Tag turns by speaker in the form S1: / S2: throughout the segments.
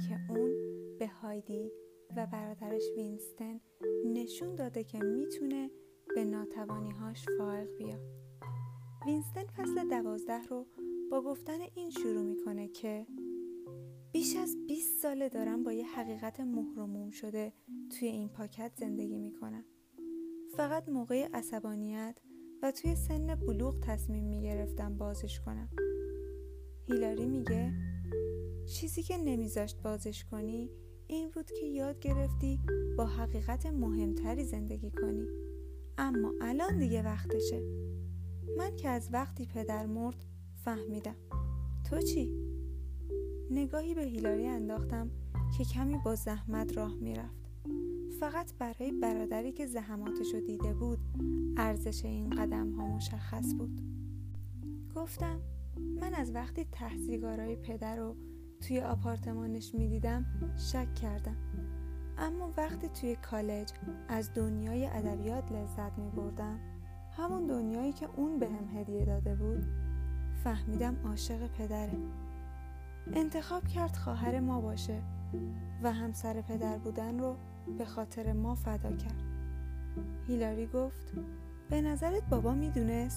S1: که اون به هایدی و برادرش وینستن نشون داده که میتونه به ناتوانی‌هاش فائق بیاد. وینستن فصل 12 رو با گفتن این شروع میکنه که بیش از 20 ساله دارم با یه حقیقت مهر و موم شده توی این پاکت زندگی میکنم. فقط موقع عصبانیت و توی سن بلوغ تصمیم میگرفتم بازش کنم. هیلاری میگه چیزی که نمیذاشت بازش کنی این بود که یاد گرفتی با حقیقت مهمتری زندگی کنی. اما الان دیگه وقتشه. من که از وقتی پدر مرد فهمیدم. تو چی؟ نگاهی به هیلاری انداختم که کمی با زحمت راه میرفت. فقط برای برادری که زحماتشو دیده بود ارزش این قدم ها مشخص بود. گفتم من از وقتی تحصیلگارای پدر رو توی آپارتمانش میدیدم شک کردم. اما وقتی توی کالج از دنیای ادبیات لذت میبردم، همون دنیایی که اون بهم هدیه داده بود، فهمیدم عاشق پدره. انتخاب کرد خواهر ما باشه و همسر پدر بودن رو به خاطر ما فدا کرد. هیلاری گفت به نظرت بابا میدونست؟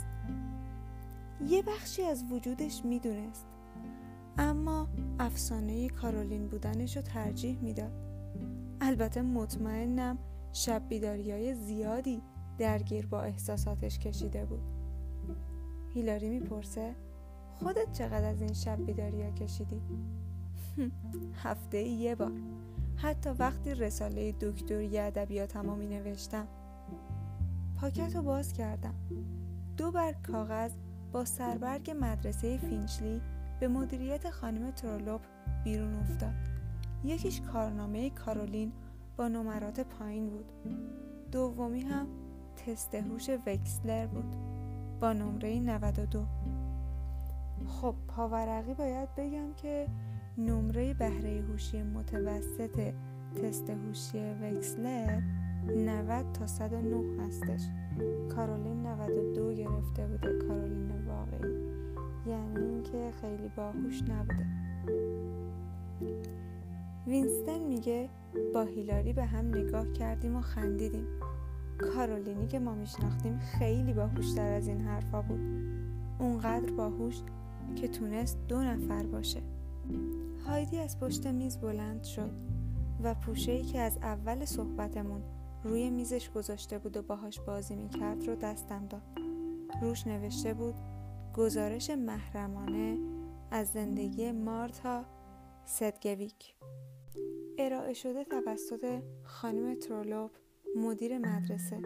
S1: یه بخشی از وجودش میدونست، اما افسانه کارولین بودنش رو ترجیح میداد. البته مطمئنم شب بیداریای زیادی درگیر با احساساتش کشیده بود. هیلاری میپرسه خودت چقدر از این شب بیداریا کشیدی؟ هفته یه بار. حتی وقتی رساله دکتری ادبیاتمو می نوشتم. پاکت رو باز کردم. 2 برگ کاغذ با سربرگ مدرسه فینچلی به مدیریت خانم ترولوپ بیرون افتاد. یکیش کارنامه کارولین با نمرات پایین بود. دومی هم تست هوش وکسلر بود با نمره 92. خب پاورقی باید بگم که نمره بهره هوشی متوسط تست هوشی وکسلر 90 تا 109 هستش. کارولین 92 گرفته بوده، کارولین واقعی، یعنی این که خیلی باهوش نبوده. وینستن میگه با هیلاری به هم نگاه کردیم و خندیدیم. کارولینی که ما میشناختیم خیلی باهوشتر از این حرفا بود. اونقدر باهوش که تونست 2 نفر باشه. هایدی از پشت میز بلند شد و پوشه‌ای که از اول صحبتمون روی میزش گذاشته بود و باهاش بازی میکرد رو دستم داد. روش نوشته بود گزارش محرمانه از زندگی مارتا سدگویک، ارائه شده توسط خانم ترولوپ، مدیر مدرسه.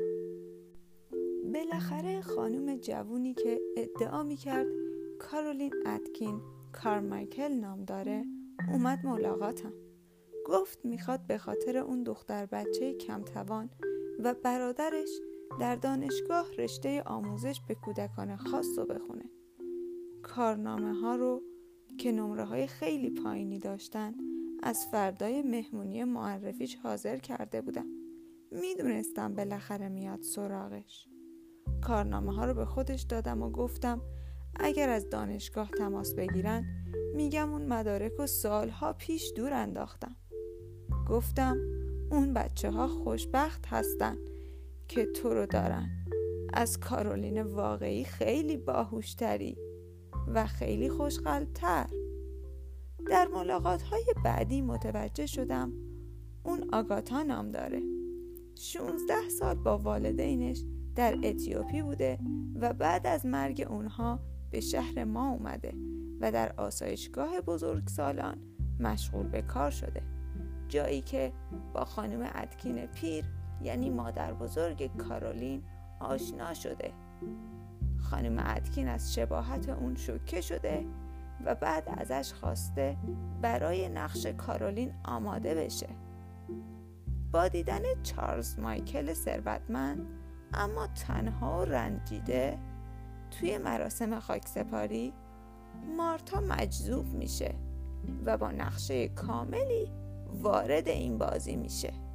S1: بالاخره خانم جوونی که ادعا میکرد کارولین اتکین کارمایکل نام داره اومد ملاقاتم. گفت میخواد به خاطر اون دختر بچه کمتوان و برادرش در دانشگاه رشته آموزش به کودکان خاص رو بخونه. کارنامه ها رو که نمره های خیلی پایینی داشتن از فردای مهمونی معرفیش حاضر کرده بودم. میدونستم بالاخره میاد سراغش. کارنامه ها رو به خودش دادم و گفتم اگر از دانشگاه تماس بگیرن میگم اون مدارک رو سالها پیش دور انداختم. گفتم اون بچه ها خوشبخت هستن که تو رو دارن. از کارولین واقعی خیلی باهوشتری و خیلی خوشقلب‌تر. در ملاقات های بعدی متوجه شدم اون آگاتا نام داره. 16 سال با والدینش در اتیوپی بوده و بعد از مرگ اونها به شهر ما اومده و در آسایشگاه بزرگسالان مشغول به کار شده، جایی که با خانم اتکین پیر یعنی مادر بزرگ کارولین آشنا شده. خانم اتکین از شباهت اون شوکه شده و بعد ازش خواسته برای نقش کارولین آماده بشه. با دیدن چارلز مایکل ثروتمند اما تنها و رنجیده توی مراسم خاکسپاری، مارتا مجذوب میشه و با نقشه کاملی وارد این بازی میشه.